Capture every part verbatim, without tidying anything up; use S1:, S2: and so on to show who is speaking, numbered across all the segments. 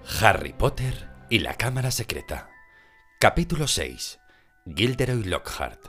S1: Harry Potter y la Cámara Secreta. Capítulo seis. Gilderoy Lockhart.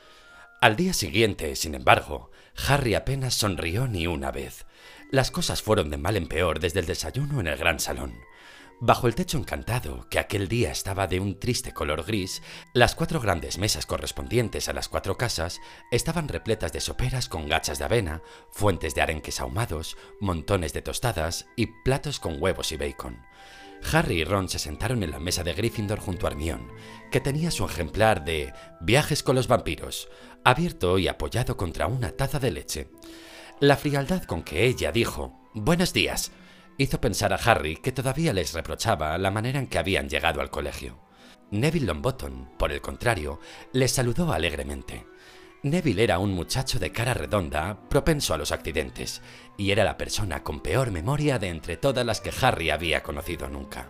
S1: Al día siguiente, sin embargo, Harry apenas sonrió ni una vez. Las cosas fueron de mal en peor desde el desayuno en el gran salón. Bajo el techo encantado, que aquel día estaba de un triste color gris, las cuatro grandes mesas correspondientes a las cuatro casas estaban repletas de soperas con gachas de avena, fuentes de arenques ahumados, montones de tostadas y platos con huevos y bacon. Harry y Ron se sentaron en la mesa de Gryffindor junto a Hermione, que tenía su ejemplar de Viajes con los vampiros, abierto y apoyado contra una taza de leche. La frialdad con que ella dijo «Buenos días» hizo pensar a Harry que todavía les reprochaba la manera en que habían llegado al colegio. Neville Longbottom, por el contrario, les saludó alegremente. Neville era un muchacho de cara redonda, propenso a los accidentes, y era la persona con peor memoria de entre todas las que Harry había conocido nunca.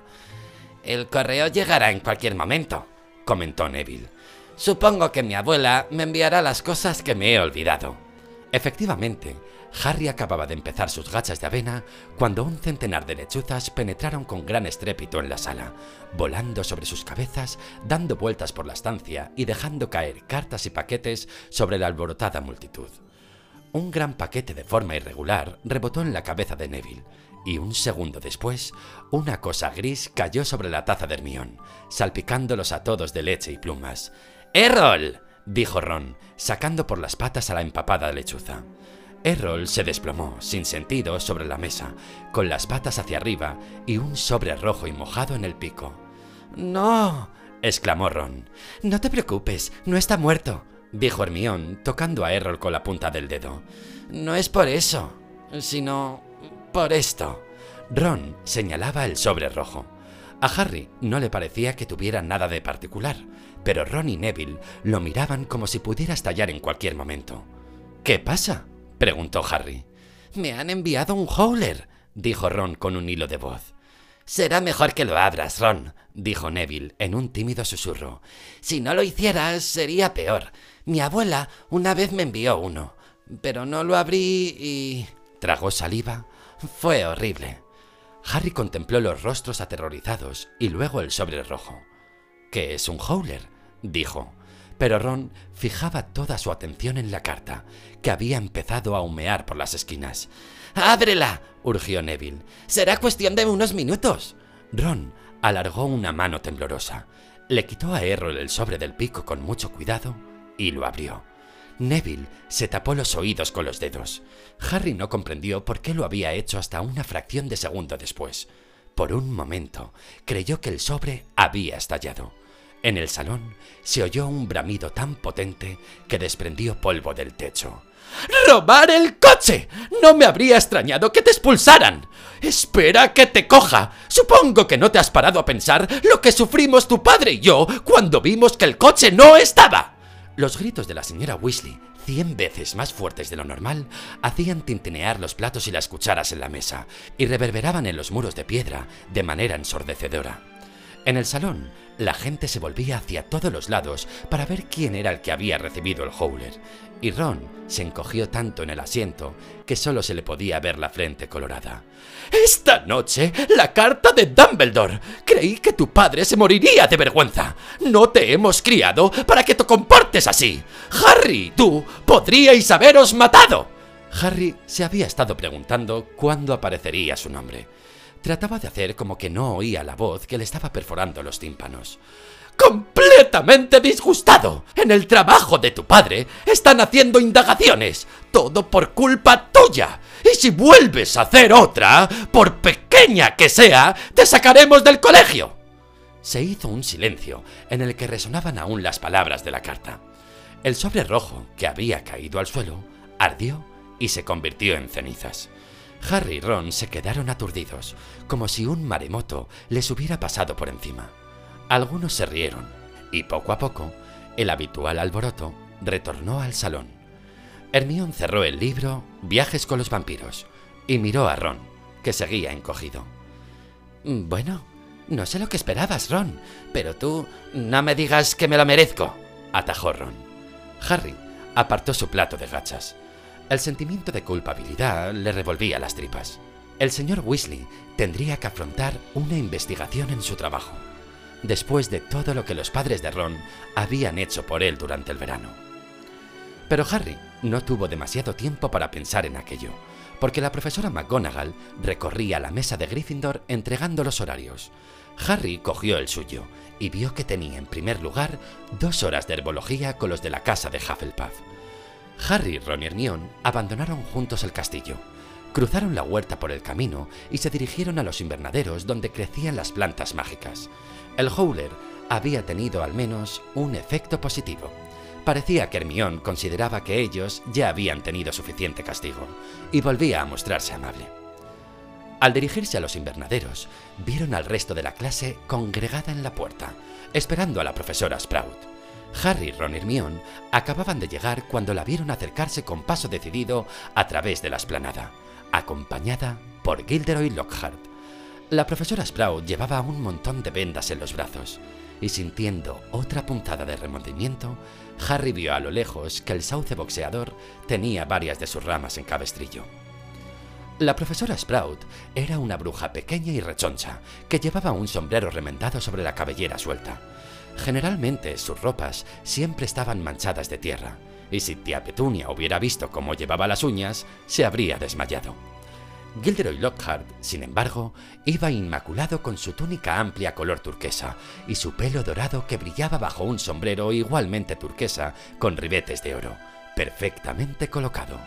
S1: «El correo llegará en cualquier momento», comentó Neville. «Supongo que mi abuela me enviará las cosas que me he olvidado». Efectivamente, Harry acababa de empezar sus gachas de avena cuando un centenar de lechuzas penetraron con gran estrépito en la sala, volando sobre sus cabezas, dando vueltas por la estancia y dejando caer cartas y paquetes sobre la alborotada multitud. Un gran paquete de forma irregular rebotó en la cabeza de Neville, y un segundo después, una cosa gris cayó sobre la taza de Hermione, salpicándolos a todos de leche y plumas. «¡Errol!», dijo Ron, sacando por las patas a la empapada lechuza. Errol se desplomó, sin sentido, sobre la mesa, con las patas hacia arriba y un sobre rojo y mojado en el pico. «¡No!», exclamó Ron. «No te preocupes, no está muerto», dijo Hermione, tocando a Errol con la punta del dedo. «No es por eso, sino por esto». Ron señalaba el sobre rojo. A Harry no le parecía que tuviera nada de particular, pero Ron y Neville lo miraban como si pudiera estallar en cualquier momento. «¿Qué pasa?», preguntó Harry. «Me han enviado un howler», dijo Ron con un hilo de voz. «Será mejor que lo abras, Ron», dijo Neville en un tímido susurro. «Si no lo hicieras, sería peor. Mi abuela una vez me envió uno, pero no lo abrí y...» Tragó saliva. «Fue horrible». Harry contempló los rostros aterrorizados y luego el sobre rojo. «¿Qué es un howler?», dijo. Pero Ron fijaba toda su atención en la carta, que había empezado a humear por las esquinas. «¡Ábrela!», urgió Neville. «Será cuestión de unos minutos». Ron alargó una mano temblorosa, le quitó a Errol el sobre del pico con mucho cuidado y lo abrió. Neville se tapó los oídos con los dedos. Harry no comprendió por qué lo había hecho hasta una fracción de segundo después. Por un momento creyó que el sobre había estallado. En el salón se oyó un bramido tan potente que desprendió polvo del techo. «¡Robar el coche! No me habría extrañado que te expulsaran. ¡Espera que te coja! Supongo que no te has parado a pensar lo que sufrimos tu padre y yo cuando vimos que el coche no estaba». Los gritos de la señora Weasley, cien veces más fuertes de lo normal, hacían tintinear los platos y las cucharas en la mesa y reverberaban en los muros de piedra de manera ensordecedora. En el salón, la gente se volvía hacia todos los lados para ver quién era el que había recibido el howler, y Ron se encogió tanto en el asiento que solo se le podía ver la frente colorada. «¡Esta noche, la carta de Dumbledore! Creí que tu padre se moriría de vergüenza. No te hemos criado para que te comportes así. Harry, tú podríais haberos matado». Harry se había estado preguntando cuándo aparecería su nombre. Trataba de hacer como que no oía la voz que le estaba perforando los tímpanos. «¡Completamente disgustado! En el trabajo de tu padre están haciendo indagaciones. Todo por culpa tuya. Y si vuelves a hacer otra, por pequeña que sea, te sacaremos del colegio». Se hizo un silencio en el que resonaban aún las palabras de la carta. El sobre rojo, que había caído al suelo, ardió y se convirtió en cenizas. Harry y Ron se quedaron aturdidos, como si un maremoto les hubiera pasado por encima. Algunos se rieron, y poco a poco, el habitual alboroto retornó al salón. Hermione cerró el libro Viajes con los vampiros y miró a Ron, que seguía encogido. «Bueno, no sé lo que esperabas, Ron, pero tú no me digas que me lo merezco», atajó Ron. Harry apartó su plato de gachas. El sentimiento de culpabilidad le revolvía las tripas. El señor Weasley tendría que afrontar una investigación en su trabajo, después de todo lo que los padres de Ron habían hecho por él durante el verano. Pero Harry no tuvo demasiado tiempo para pensar en aquello, porque la profesora McGonagall recorría la mesa de Gryffindor entregando los horarios. Harry cogió el suyo y vio que tenía en primer lugar dos horas de herbología con los de la casa de Hufflepuff. Harry, Ron y Hermione abandonaron juntos el castillo, cruzaron la huerta por el camino y se dirigieron a los invernaderos donde crecían las plantas mágicas. El Howler había tenido al menos un efecto positivo. Parecía que Hermione consideraba que ellos ya habían tenido suficiente castigo y volvía a mostrarse amable. Al dirigirse a los invernaderos, vieron al resto de la clase congregada en la puerta, esperando a la profesora Sprout. Harry, Ron y Hermione acababan de llegar cuando la vieron acercarse con paso decidido a través de la explanada, acompañada por Gilderoy Lockhart. La profesora Sprout llevaba un montón de vendas en los brazos, y sintiendo otra punzada de remordimiento, Harry vio a lo lejos que el sauce boxeador tenía varias de sus ramas en cabestrillo. La profesora Sprout era una bruja pequeña y rechoncha, que llevaba un sombrero remendado sobre la cabellera suelta. Generalmente sus ropas siempre estaban manchadas de tierra, y si tía Petunia hubiera visto cómo llevaba las uñas, se habría desmayado. Gilderoy Lockhart, sin embargo, iba inmaculado con su túnica amplia color turquesa y su pelo dorado que brillaba bajo un sombrero igualmente turquesa con ribetes de oro, perfectamente colocado.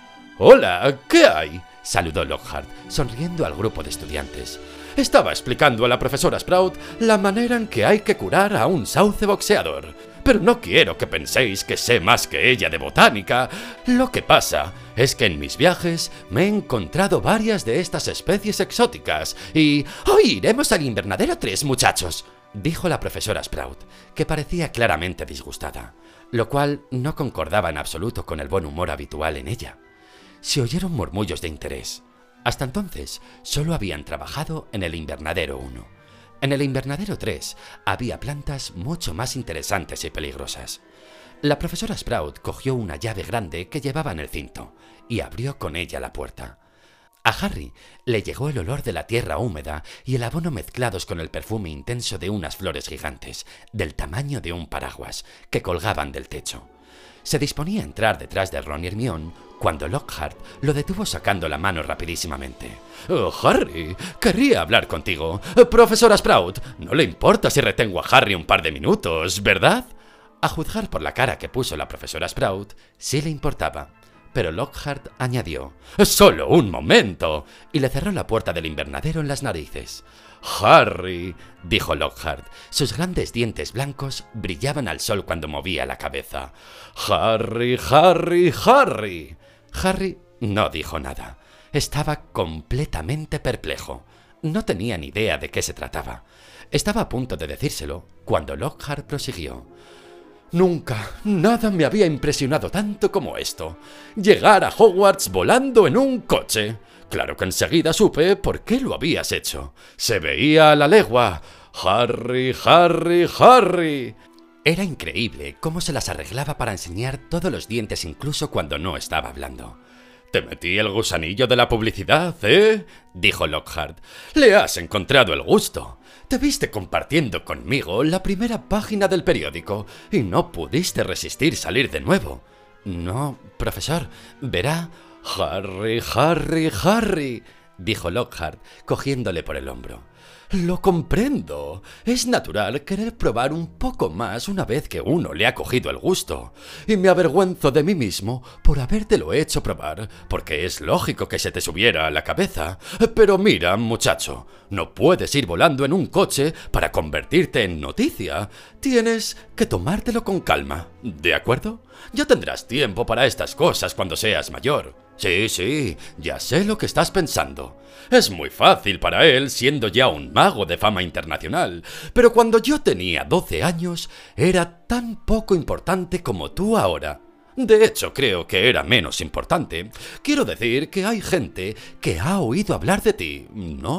S1: «Hola, ¿qué hay?», saludó Lockhart, sonriendo al grupo de estudiantes. «Estaba explicando a la profesora Sprout la manera en que hay que curar a un sauce boxeador. Pero no quiero que penséis que sé más que ella de botánica. Lo que pasa es que en mis viajes me he encontrado varias de estas especies exóticas y... ¡Hoy iremos al invernadero tres, muchachos!», dijo la profesora Sprout, que parecía claramente disgustada, lo cual no concordaba en absoluto con el buen humor habitual en ella. Se oyeron murmullos de interés. Hasta entonces solo habían trabajado en el invernadero uno. En el invernadero tres había plantas mucho más interesantes y peligrosas. La profesora Sprout cogió una llave grande que llevaba en el cinto y abrió con ella la puerta. A Harry le llegó el olor de la tierra húmeda y el abono mezclados con el perfume intenso de unas flores gigantes, del tamaño de un paraguas, que colgaban del techo. Se disponía a entrar detrás de Ron y Hermione cuando Lockhart lo detuvo sacando la mano rapidísimamente. Oh, «Harry, querría hablar contigo. Profesora Sprout, no le importa si retengo a Harry un par de minutos, ¿verdad?». A juzgar por la cara que puso la profesora Sprout, sí le importaba, pero Lockhart añadió «Solo un momento», y le cerró la puerta del invernadero en las narices. «Harry», dijo Lockhart. Sus grandes dientes blancos brillaban al sol cuando movía la cabeza. «Harry, Harry, Harry». Harry no dijo nada. Estaba completamente perplejo. No tenía ni idea de qué se trataba. Estaba a punto de decírselo cuando Lockhart prosiguió. «Nunca, nada me había impresionado tanto como esto. Llegar a Hogwarts volando en un coche. Claro que enseguida supe por qué lo habías hecho. Se veía a la legua. Harry, Harry, Harry». Era increíble cómo se las arreglaba para enseñar todos los dientes incluso cuando no estaba hablando. «Te metí el gusanillo de la publicidad, ¿eh?», dijo Lockhart. «Le has encontrado el gusto. Te viste compartiendo conmigo la primera página del periódico y no pudiste resistir salir de nuevo». «No, profesor, verá...» «Harry, Harry, Harry», dijo Lockhart, cogiéndole por el hombro. «Lo comprendo. Es natural querer probar un poco más una vez que uno le ha cogido el gusto. Y me avergüenzo de mí mismo por habértelo hecho probar, porque es lógico que se te subiera a la cabeza. Pero mira, muchacho, no puedes ir volando en un coche para convertirte en noticia. Tienes que tomártelo con calma, ¿de acuerdo? Ya tendrás tiempo para estas cosas cuando seas mayor. Sí, sí, ya sé lo que estás pensando. Es muy fácil para él siendo ya un mago de fama internacional, pero cuando yo tenía doce años era tan poco importante como tú ahora. De hecho, creo que era menos importante. Quiero decir que hay gente que ha oído hablar de ti, ¿no?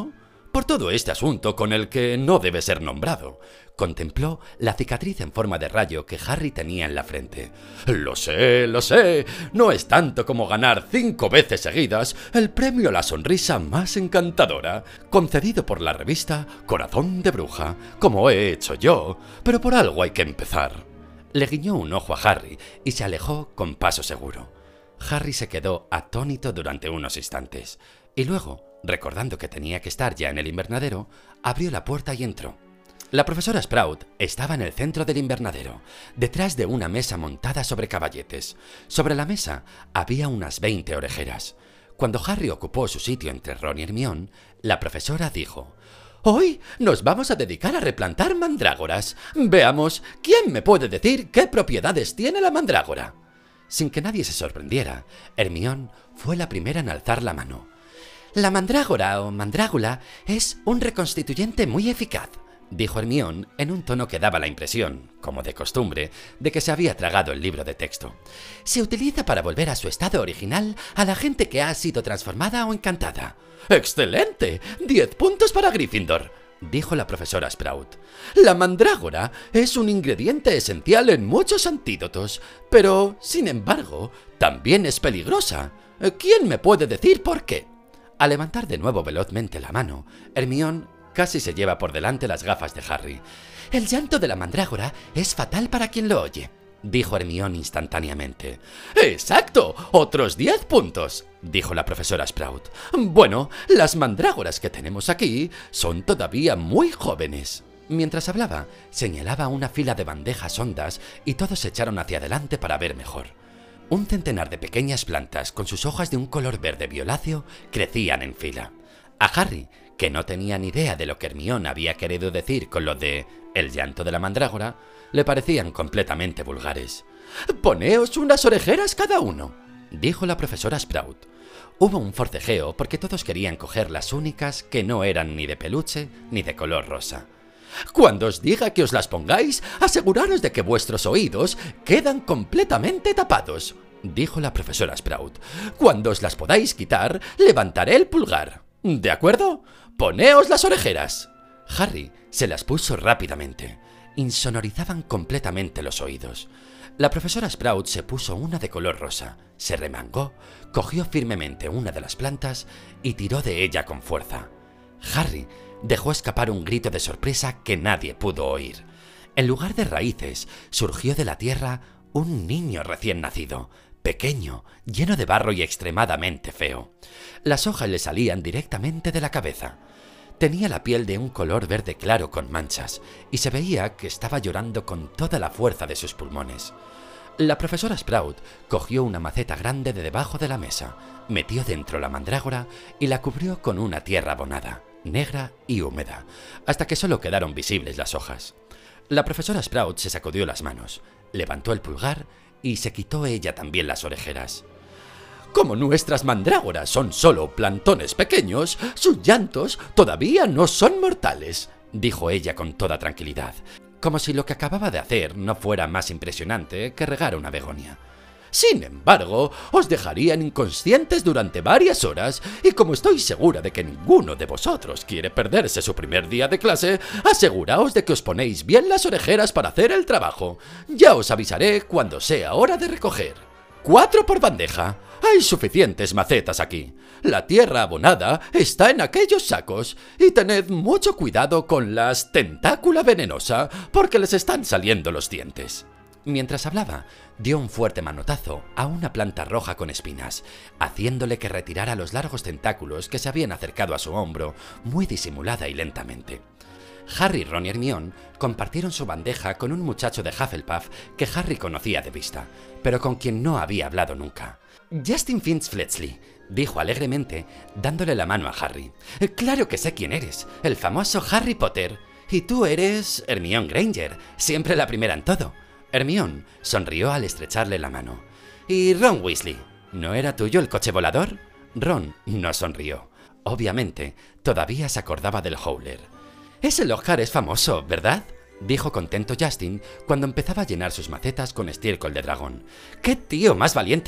S1: por todo este asunto con el que no debe ser nombrado. Contempló la cicatriz en forma de rayo que Harry tenía en la frente. Lo sé, lo sé, no es tanto como ganar cinco veces seguidas el premio a la sonrisa más encantadora, concedido por la revista Corazón de Bruja, como he hecho yo, pero por algo hay que empezar. Le guiñó un ojo a Harry y se alejó con paso seguro. Harry se quedó atónito durante unos instantes, y luego, recordando que tenía que estar ya en el invernadero, abrió la puerta y entró. La profesora Sprout estaba en el centro del invernadero, detrás de una mesa montada sobre caballetes. Sobre la mesa había unas veinte orejeras. Cuando Harry ocupó su sitio entre Ron y Hermione, la profesora dijo: «Hoy nos vamos a dedicar a replantar mandrágoras. Veamos, ¿quién me puede decir qué propiedades tiene la mandrágora?». Sin que nadie se sorprendiera, Hermione fue la primera en alzar la mano. «La mandrágora o mandrágula es un reconstituyente muy eficaz», dijo Hermione en un tono que daba la impresión, como de costumbre, de que se había tragado el libro de texto. «Se utiliza para volver a su estado original a la gente que ha sido transformada o encantada». «¡Excelente! ¡Diez puntos para Gryffindor!», dijo la profesora Sprout. «La mandrágora es un ingrediente esencial en muchos antídotos, pero, sin embargo, también es peligrosa. ¿Quién me puede decir por qué?». Al levantar de nuevo velozmente la mano, Hermione casi se lleva por delante las gafas de Harry. «El llanto de la mandrágora es fatal para quien lo oye», dijo Hermione instantáneamente. «¡Exacto! ¡Otros diez puntos!», dijo la profesora Sprout. «Bueno, las mandrágoras que tenemos aquí son todavía muy jóvenes». Mientras hablaba, señalaba una fila de bandejas hondas y todos se echaron hacia adelante para ver mejor. Un centenar de pequeñas plantas con sus hojas de un color verde violáceo crecían en fila. A Harry, que no tenía ni idea de lo que Hermione había querido decir con lo de «el llanto de la mandrágora», le parecían completamente vulgares. «Poneos unas orejeras cada uno», dijo la profesora Sprout. Hubo un forcejeo porque todos querían coger las únicas que no eran ni de peluche ni de color rosa. «Cuando os diga que os las pongáis, aseguraros de que vuestros oídos quedan completamente tapados», dijo la profesora Sprout. «Cuando os las podáis quitar, levantaré el pulgar. ¿De acuerdo? Poneos las orejeras». Harry se las puso rápidamente. Insonorizaban completamente los oídos. La profesora Sprout se puso una de color rosa, se remangó, cogió firmemente una de las plantas y tiró de ella con fuerza. Harry dejó escapar un grito de sorpresa que nadie pudo oír. En lugar de raíces, surgió de la tierra un niño recién nacido, pequeño, lleno de barro y extremadamente feo. Las hojas le salían directamente de la cabeza. Tenía la piel de un color verde claro con manchas, y se veía que estaba llorando con toda la fuerza de sus pulmones. La profesora Sprout cogió una maceta grande de debajo de la mesa, metió dentro la mandrágora y la cubrió con una tierra abonada, negra y húmeda, hasta que solo quedaron visibles las hojas. La profesora Sprout se sacudió las manos, levantó el pulgar y se quitó ella también las orejeras. «Como nuestras mandrágoras son solo plantones pequeños, sus llantos todavía no son mortales», dijo ella con toda tranquilidad, como si lo que acababa de hacer no fuera más impresionante que regar una begonia. «Sin embargo, os dejarían inconscientes durante varias horas, y como estoy segura de que ninguno de vosotros quiere perderse su primer día de clase, aseguraos de que os ponéis bien las orejeras para hacer el trabajo. Ya os avisaré cuando sea hora de recoger. Cuatro por bandeja. Hay suficientes macetas aquí. La tierra abonada está en aquellos sacos, y tened mucho cuidado con las tentácula venenosa, porque les están saliendo los dientes». Mientras hablaba, dio un fuerte manotazo a una planta roja con espinas, haciéndole que retirara los largos tentáculos que se habían acercado a su hombro, muy disimulada y lentamente. Harry, Ron y Hermione compartieron su bandeja con un muchacho de Hufflepuff que Harry conocía de vista, pero con quien no había hablado nunca. «Justin Finch Fletchley», dijo alegremente, dándole la mano a Harry. «Claro que sé quién eres, el famoso Harry Potter. Y tú eres Hermione Granger, siempre la primera en todo». Hermione sonrió al estrecharle la mano. «¿Y Ron Weasley? ¿No era tuyo el coche volador?». Ron no sonrió. Obviamente, todavía se acordaba del Howler. «Ese Lockhart es famoso, ¿verdad?», dijo contento Justin cuando empezaba a llenar sus macetas con estiércol de dragón. «¡Qué tío más valiente!».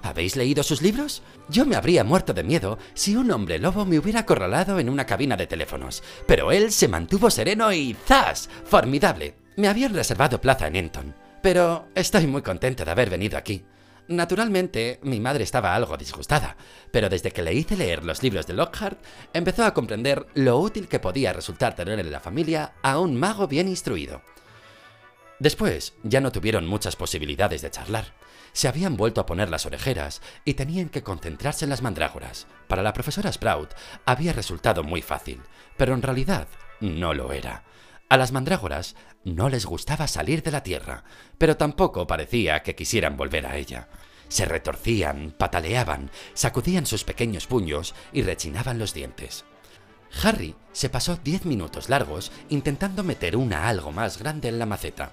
S1: ¿Habéis leído sus libros? Yo me habría muerto de miedo si un hombre lobo me hubiera acorralado en una cabina de teléfonos, pero él se mantuvo sereno y ¡zas! ¡Formidable! Me habían reservado plaza en Eton, pero estoy muy contento de haber venido aquí. Naturalmente, mi madre estaba algo disgustada, pero desde que le hice leer los libros de Lockhart, empezó a comprender lo útil que podía resultar tener en la familia a un mago bien instruido. Después, ya no tuvieron muchas posibilidades de charlar. Se habían vuelto a poner las orejeras y tenían que concentrarse en las mandrágoras. Para la profesora Sprout había resultado muy fácil, pero en realidad no lo era. A las mandrágoras no les gustaba salir de la tierra, pero tampoco parecía que quisieran volver a ella. Se retorcían, pataleaban, sacudían sus pequeños puños y rechinaban los dientes. Harry se pasó diez minutos largos intentando meter una algo más grande en la maceta.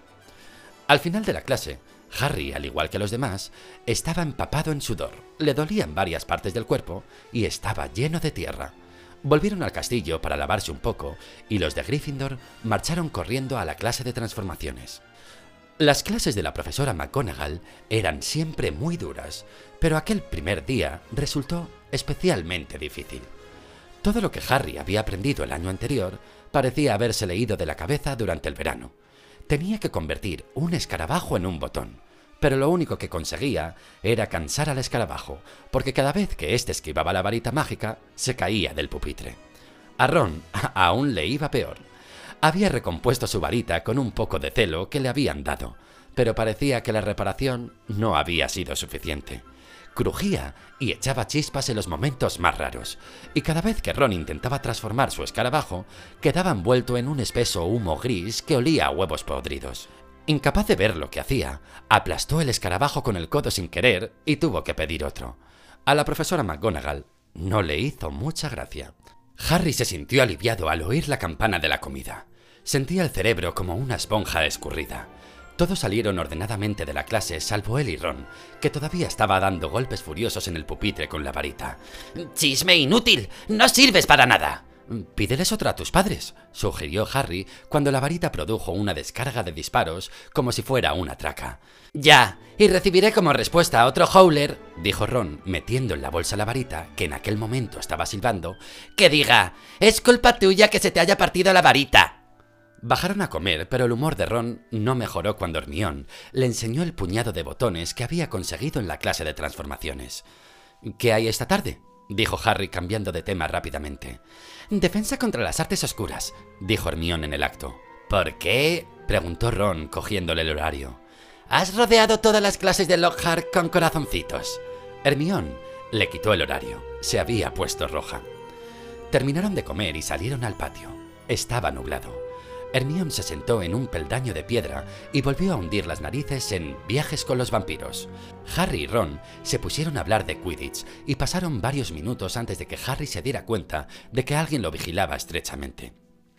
S1: Al final de la clase, Harry, al igual que los demás, estaba empapado en sudor, le dolían varias partes del cuerpo y estaba lleno de tierra. Volvieron al castillo para lavarse un poco y los de Gryffindor marcharon corriendo a la clase de transformaciones. Las clases de la profesora McGonagall eran siempre muy duras, pero aquel primer día resultó especialmente difícil. Todo lo que Harry había aprendido el año anterior parecía haberse leído de la cabeza durante el verano. Tenía que convertir un escarabajo en un botón, pero lo único que conseguía era cansar al escarabajo, porque cada vez que éste esquivaba la varita mágica, se caía del pupitre. A Ron aún le iba peor. Había recompuesto su varita con un poco de celo que le habían dado, pero parecía que la reparación no había sido suficiente. Crujía y echaba chispas en los momentos más raros, y cada vez que Ron intentaba transformar su escarabajo, quedaba envuelto en un espeso humo gris que olía a huevos podridos. Incapaz de ver lo que hacía, aplastó el escarabajo con el codo sin querer y tuvo que pedir otro. A la profesora McGonagall no le hizo mucha gracia. Harry se sintió aliviado al oír la campana de la comida. Sentía el cerebro como una esponja escurrida. Todos salieron ordenadamente de la clase, salvo él y Ron, que todavía estaba dando golpes furiosos en el pupitre con la varita. «¡Chisme inútil! ¡No sirves para nada!» «Pídeles otra a tus padres», sugirió Harry cuando la varita produjo una descarga de disparos como si fuera una traca. «Ya, y recibiré como respuesta otro howler», dijo Ron, metiendo en la bolsa la varita, que en aquel momento estaba silbando, «que diga, es culpa tuya que se te haya partido la varita». Bajaron a comer, pero el humor de Ron no mejoró cuando Hermione le enseñó el puñado de botones que había conseguido en la clase de transformaciones. «¿Qué hay esta tarde?», dijo Harry cambiando de tema rápidamente. «Defensa contra las artes oscuras», dijo Hermione en el acto. «¿Por qué?», preguntó Ron cogiéndole el horario. «Has rodeado todas las clases de Lockhart con corazoncitos». Hermione le quitó el horario. Se había puesto roja. Terminaron de comer y salieron al patio. Estaba nublado. Hermione se sentó en un peldaño de piedra y volvió a hundir las narices en Viajes con los vampiros. Harry y Ron se pusieron a hablar de Quidditch y pasaron varios minutos antes de que Harry se diera cuenta de que alguien lo vigilaba estrechamente.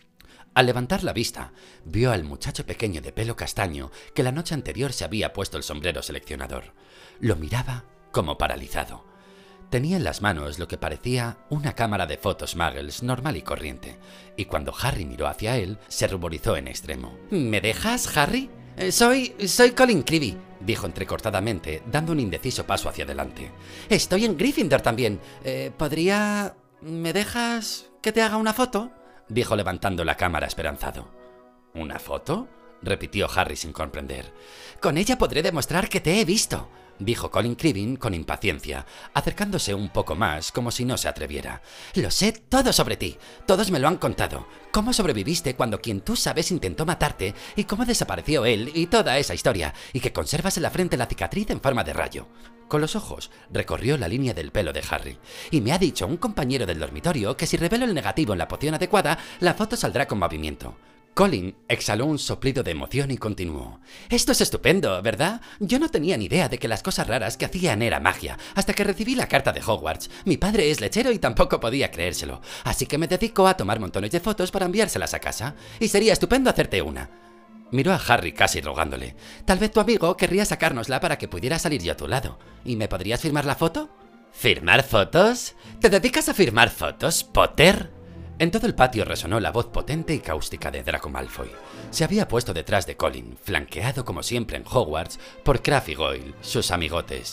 S1: Al levantar la vista, vio al muchacho pequeño de pelo castaño que la noche anterior se había puesto el sombrero seleccionador. Lo miraba como paralizado. Tenía en las manos lo que parecía una cámara de fotos Muggles normal y corriente, y cuando Harry miró hacia él, se ruborizó en extremo. «¿Me dejas, Harry? Soy... soy Colin Creevy», dijo entrecortadamente, dando un indeciso paso hacia adelante. «Estoy en Gryffindor también. Eh, ¿Podría... ¿Me dejas que te haga una foto?», dijo levantando la cámara esperanzado. «¿Una foto?», repitió Harry sin comprender. «Con ella podré demostrar que te he visto», dijo Colin Creevy con impaciencia, acercándose un poco más como si no se atreviera. «Lo sé todo sobre ti. Todos me lo han contado. Cómo sobreviviste cuando quien tú sabes intentó matarte y cómo desapareció él y toda esa historia, y que conservas en la frente la cicatriz en forma de rayo». Con los ojos recorrió la línea del pelo de Harry. «Y me ha dicho un compañero del dormitorio que si revelo el negativo en la poción adecuada, la foto saldrá con movimiento». Colin exhaló un soplido de emoción y continuó. «Esto es estupendo, ¿verdad? Yo no tenía ni idea de que las cosas raras que hacían era magia, hasta que recibí la carta de Hogwarts. Mi padre es lechero y tampoco podía creérselo, así que me dedico a tomar montones de fotos para enviárselas a casa, y sería estupendo hacerte una». Miró a Harry casi rogándole. «Tal vez tu amigo querría sacárnosla para que pudiera salir yo a tu lado. ¿Y me podrías firmar la foto?» «¿Firmar fotos? ¿Te dedicas a firmar fotos, Potter?» En todo el patio resonó la voz potente y cáustica de Draco Malfoy. Se había puesto detrás de Colin, flanqueado como siempre en Hogwarts por Crabbe y Goyle, sus amigotes.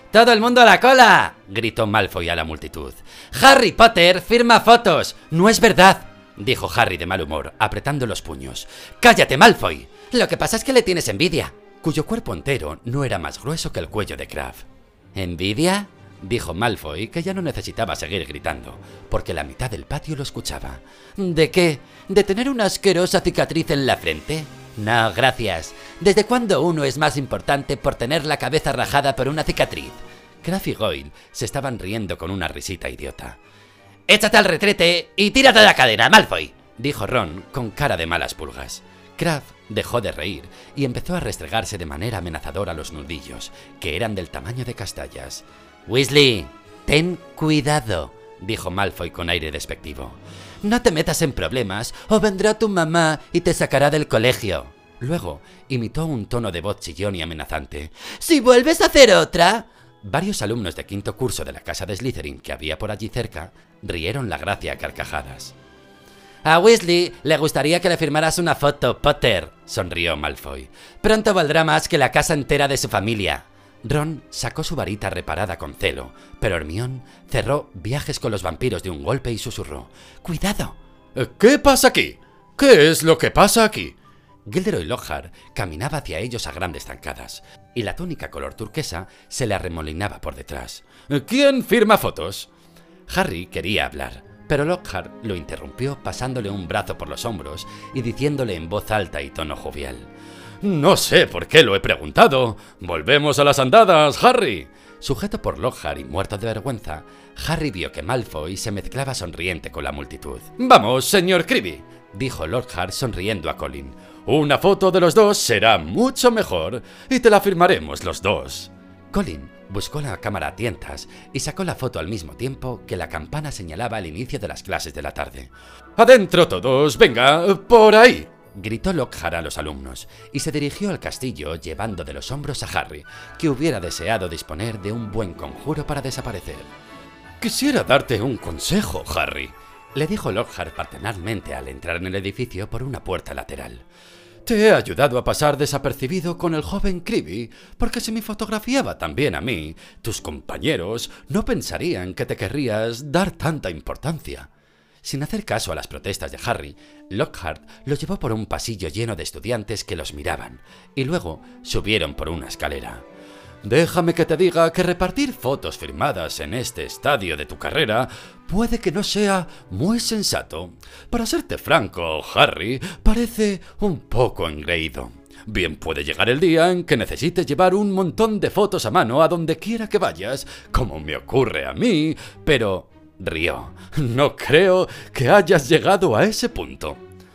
S1: ¡Todo el mundo a la cola!, gritó Malfoy a la multitud. ¡Harry Potter firma fotos! ¡No es verdad!, dijo Harry de mal humor, apretando los puños. ¡Cállate, Malfoy! Lo que pasa es que le tienes envidia. Cuyo cuerpo entero no era más grueso que el cuello de Crabbe. ¿Envidia?, dijo Malfoy, que ya no necesitaba seguir gritando, porque la mitad del patio lo escuchaba. ¿De qué? ¿De tener una asquerosa cicatriz en la frente? No, gracias. ¿Desde cuándo uno es más importante por tener la cabeza rajada por una cicatriz? Crabbe y Goyle se estaban riendo con una risita idiota. «Échate al retrete y tírate de la cadena, Malfoy», dijo Ron con cara de malas pulgas. Crabbe dejó de reír y empezó a restregarse de manera amenazadora los nudillos, que eran del tamaño de castañas. «Weasley, ten cuidado», dijo Malfoy con aire despectivo. «No te metas en problemas o vendrá tu mamá y te sacará del colegio». Luego imitó un tono de voz chillón y amenazante. «Si vuelves a hacer otra...» Varios alumnos de quinto curso de la casa de Slytherin que había por allí cerca rieron la gracia a carcajadas. «A Weasley le gustaría que le firmaras una foto, Potter», sonrió Malfoy. «Pronto valdrá más que la casa entera de su familia». Ron sacó su varita reparada con celo, pero Hermione cerró viajes con los vampiros de un golpe y susurró. «¡Cuidado!».
S2: ¿Qué pasa aquí? ¿Qué es lo que pasa aquí?
S1: Gilderoy Lockhart caminaba hacia ellos a grandes zancadas, y la túnica color turquesa se le arremolinaba por detrás.
S2: ¿Quién firma fotos?
S1: Harry quería hablar, pero Lockhart lo interrumpió pasándole un brazo por los hombros y diciéndole en voz alta y tono jovial.
S2: «No sé por qué lo he preguntado. Volvemos a las andadas, Harry».
S1: Sujeto por Lockhart y muerto de vergüenza, Harry vio que Malfoy se mezclaba sonriente con la multitud.
S2: «Vamos, señor Creevy»,
S1: dijo Lockhart sonriendo a Colin.
S2: «Una foto de los dos será mucho mejor y te la firmaremos los dos».
S1: Colin buscó la cámara a tientas y sacó la foto al mismo tiempo que la campana señalaba el inicio de las clases de la tarde.
S2: «Adentro todos, venga, por ahí»,
S1: gritó Lockhart a los alumnos, y se dirigió al castillo llevando de los hombros a Harry, que hubiera deseado disponer de un buen conjuro para desaparecer.
S2: «Quisiera darte un consejo, Harry»,
S1: le dijo Lockhart paternalmente al entrar en el edificio por una puerta lateral.
S2: «Te he ayudado a pasar desapercibido con el joven Creevy, porque si me fotografiaba también a mí, tus compañeros no pensarían que te querrías dar tanta importancia».
S1: Sin hacer caso a las protestas de Harry, Lockhart los llevó por un pasillo lleno de estudiantes que los miraban, y luego subieron por una escalera.
S2: «Déjame que te diga que repartir fotos firmadas en este estadio de tu carrera puede que no sea muy sensato. Para serte franco, Harry, parece un poco engreído. Bien puede llegar el día en que necesites llevar un montón de fotos a mano a donde quiera que vayas, como me ocurre a mí, pero...» rió. «No creo que hayas llegado a ese punto».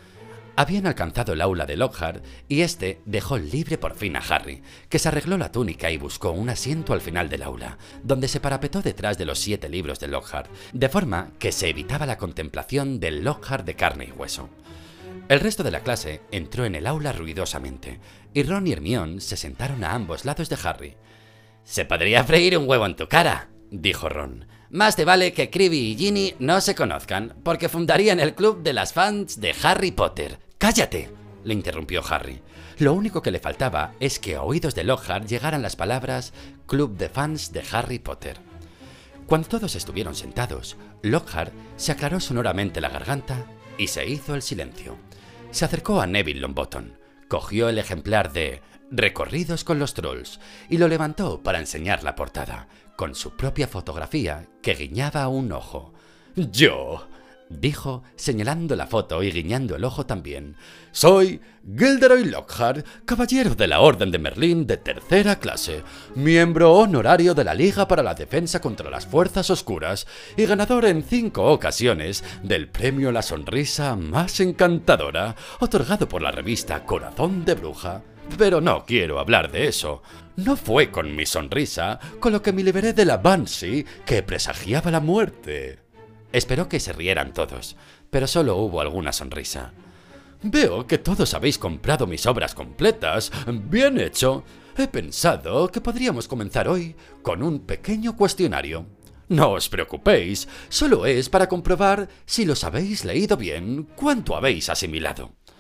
S1: Habían alcanzado el aula de Lockhart y este dejó libre por fin a Harry, que se arregló la túnica y buscó un asiento al final del aula, donde se parapetó detrás de los siete libros de Lockhart, de forma que se evitaba la contemplación del Lockhart de carne y hueso. El resto de la clase entró en el aula ruidosamente, y Ron y Hermione se sentaron a ambos lados de Harry. «Se podría freír un huevo en tu cara», dijo Ron. «Más te vale que Creevy y Ginny no se conozcan, porque fundarían el club de las fans de Harry Potter». «¡Cállate!», le interrumpió Harry. Lo único que le faltaba es que a oídos de Lockhart llegaran las palabras «Club de fans de Harry Potter». Cuando todos estuvieron sentados, Lockhart se aclaró sonoramente la garganta y se hizo el silencio. Se acercó a Neville Longbottom, cogió el ejemplar de Recorridos con los Trolls y lo levantó para enseñar la portada, con su propia fotografía que guiñaba un ojo.
S2: «Yo»,
S1: dijo, señalando la foto y guiñando el ojo también,
S2: «soy Gilderoy Lockhart, caballero de la Orden de Merlín de tercera clase, miembro honorario de la Liga para la Defensa contra las Fuerzas Oscuras y ganador en cinco ocasiones del premio La Sonrisa Más Encantadora, otorgado por la revista Corazón de Bruja. Pero no quiero hablar de eso. No fue con mi sonrisa con lo que me liberé de la Banshee que presagiaba la muerte».
S1: Esperó que se rieran todos, pero solo hubo alguna sonrisa.
S2: «Veo que todos habéis comprado mis obras completas. Bien hecho. He pensado que podríamos comenzar hoy con un pequeño cuestionario. No os preocupéis, solo es para comprobar si los habéis leído bien, cuánto habéis asimilado».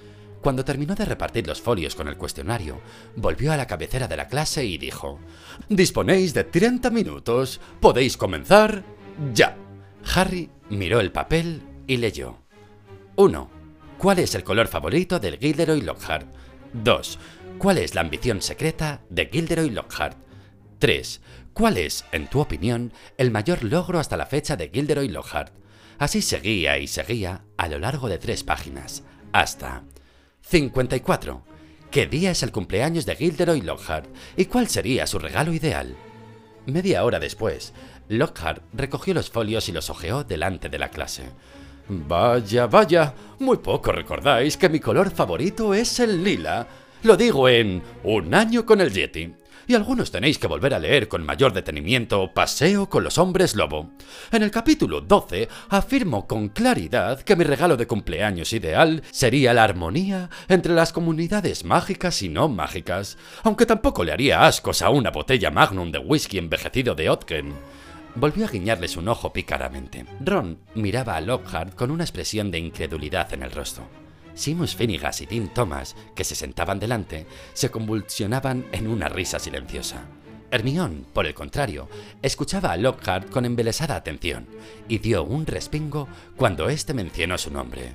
S1: Cuando terminó de repartir los folios con el cuestionario, volvió a la cabecera de la clase y dijo: «Disponéis de treinta minutos. ¿Podéis comenzar ya?». Harry miró el papel y leyó: uno. ¿Cuál es el color favorito del Gilderoy Lockhart? dos. ¿Cuál es la ambición secreta de Gilderoy Lockhart? tres. ¿Cuál es, en tu opinión, el mayor logro hasta la fecha de Gilderoy Lockhart? Así seguía y seguía a lo largo de tres páginas, hasta... cincuenta y cuatro. ¿Qué día es el cumpleaños de Gilderoy Lockhart y cuál sería su regalo ideal? Media hora después, Lockhart recogió los folios y los hojeó delante de la clase. «Vaya, vaya, muy poco recordáis que mi color favorito es el lila. Lo digo en Un año con el Yeti. Y algunos tenéis que volver a leer con mayor detenimiento Paseo con los hombres lobo. En el capítulo doce afirmo con claridad que mi regalo de cumpleaños ideal sería la armonía entre las comunidades mágicas y no mágicas, aunque tampoco le haría ascos a una botella magnum de whisky envejecido de Odgen». Volvió a guiñarles un ojo pícaramente. Ron miraba a Lockhart con una expresión de incredulidad en el rostro. Seamus Finnegan y Tim Thomas, que se sentaban delante, se convulsionaban en una risa silenciosa. Hermione, por el contrario, escuchaba a Lockhart con embelesada atención y dio un respingo cuando éste mencionó su nombre.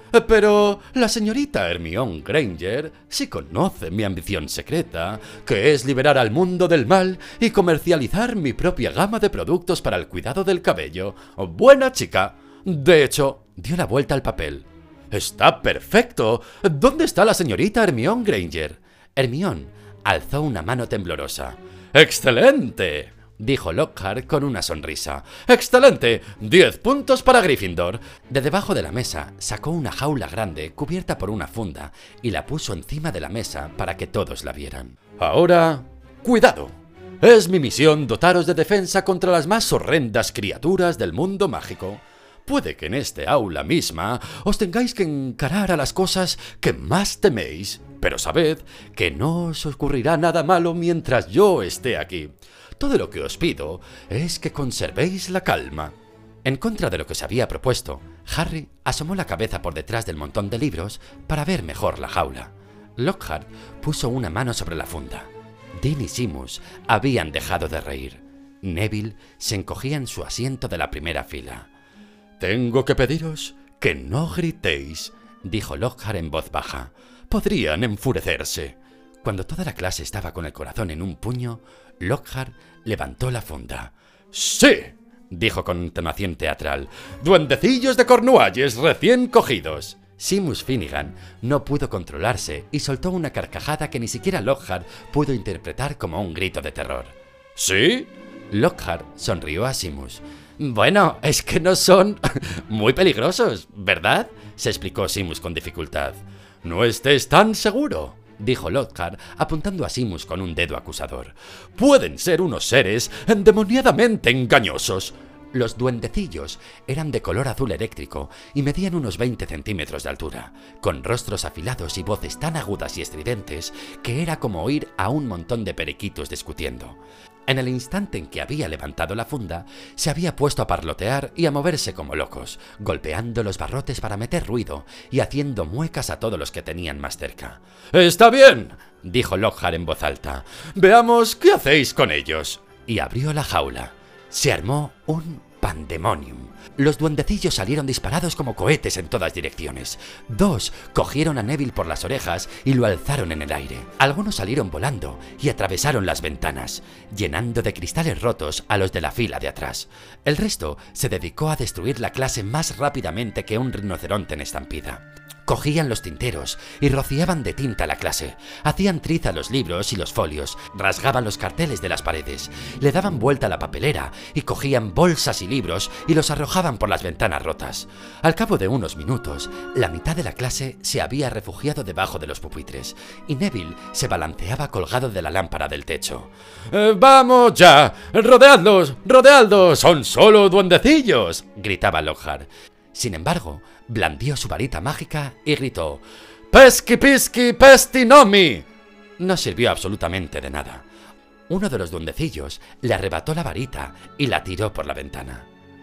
S1: «Pero la señorita Hermione Granger sí conoce mi ambición secreta, que es liberar al mundo del mal y comercializar mi propia gama de productos para el cuidado del cabello. Buena chica. De hecho», dio la vuelta al papel. «Está perfecto. ¿Dónde está la señorita Hermione Granger?» Hermione alzó una mano temblorosa. «¡Excelente!», dijo Lockhart con una sonrisa. «¡Excelente! ¡Diez puntos para Gryffindor!». De debajo de la mesa sacó una jaula grande cubierta por una funda y la puso encima de la mesa para que todos la vieran. «Ahora, cuidado. Es mi misión dotaros de defensa contra las más horrendas criaturas del mundo mágico. Puede que en este aula misma os tengáis que encarar a las cosas que más teméis, pero sabed que no os ocurrirá nada malo mientras yo esté aquí. Todo lo que os pido es que conservéis la calma». En contra de lo que se había propuesto, Harry asomó la cabeza por detrás del montón de libros para ver mejor la jaula. Lockhart puso una mano sobre la funda. Dean y Seamus habían dejado de reír. Neville se encogía en su asiento de la primera fila. «Tengo que pediros que no gritéis», dijo Lockhart en voz baja. «Podrían enfurecerse». Cuando toda la clase estaba con el corazón en un puño, Lockhart levantó la funda. «¡Sí!», dijo con entonación teatral. «¡Duendecillos de Cornualles recién cogidos!». Seamus Finnegan no pudo controlarse y soltó una carcajada que ni siquiera Lockhart pudo interpretar como un grito de terror. «¿Sí?». Lockhart sonrió a Seamus. «Bueno, es que no son muy peligrosos, ¿verdad?», se explicó Seamus con dificultad. «No estés tan seguro», dijo Lockhart apuntando a Seamus con un dedo acusador. «Pueden ser unos seres endemoniadamente engañosos». Los duendecillos eran de color azul eléctrico y medían unos veinte centímetros de altura, con rostros afilados y voces tan agudas y estridentes que era como oír a un montón de periquitos discutiendo. En el instante en que había levantado la funda, se había puesto a parlotear y a moverse como locos, golpeando los barrotes para meter ruido y haciendo muecas a todos los que tenían más cerca. «Está bien», dijo Lockhart en voz alta. «Veamos qué hacéis con ellos». Y abrió la jaula. Se armó un pandemonium. Los duendecillos salieron disparados como cohetes en todas direcciones. Dos cogieron a Neville por las orejas y lo alzaron en el aire. Algunos salieron volando y atravesaron las ventanas, llenando de cristales rotos a los de la fila de atrás. El resto se dedicó a destruir la clase más rápidamente que un rinoceronte en estampida. Cogían los tinteros y rociaban de tinta la clase, hacían triza los libros y los folios, rasgaban los carteles de las paredes, le daban vuelta a la papelera y cogían bolsas y libros y los arrojaban por las ventanas rotas. Al cabo de unos minutos, la mitad de la clase se había refugiado debajo de los pupitres y Neville se balanceaba colgado de la lámpara del techo. Eh, «¡Vamos ya! ¡Rodeadlos! ¡Rodeadlos! ¡Son solo duendecillos!», gritaba Lockhart. Sin embargo, blandió su varita mágica y gritó «¡Pesky pisky pestinomi!». No sirvió absolutamente de nada. Uno de los duendecillos le arrebató la varita y la tiró por la ventana.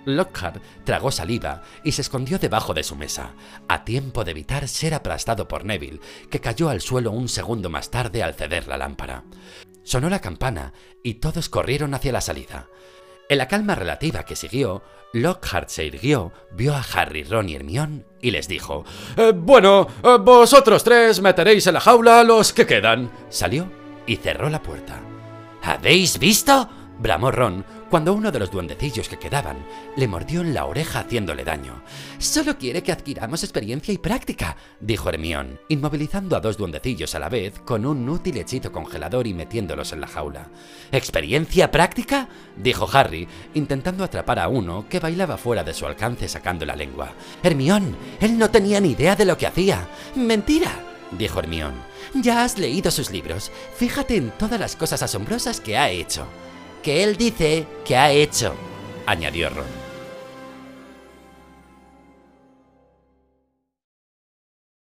S1: Lockhart tragó saliva y se escondió debajo de su mesa, a tiempo de evitar ser aplastado por Neville, que cayó al suelo un segundo más tarde al ceder la lámpara. Sonó la campana y todos corrieron hacia la salida. En la calma relativa que siguió, Lockhart se irguió, vio a Harry, Ron y Hermione y les dijo:
S2: eh, Bueno, eh, vosotros tres meteréis en la jaula a los que quedan.
S1: Salió y cerró la puerta. ¿Habéis visto?, bramó Ron cuando uno de los duendecillos que quedaban le mordió en la oreja haciéndole daño. «Solo quiere que adquiramos experiencia y práctica», dijo Hermione, inmovilizando a dos duendecillos a la vez con un útil hechizo congelador y metiéndolos en la jaula. «¿Experiencia práctica?», dijo Harry, intentando atrapar a uno que bailaba fuera de su alcance sacando la lengua. «Hermione, él no tenía ni idea de lo que hacía». «Mentira», dijo Hermione. «Ya has leído sus libros. Fíjate en todas las cosas asombrosas que ha hecho». «Que él dice que ha hecho», añadió Ron.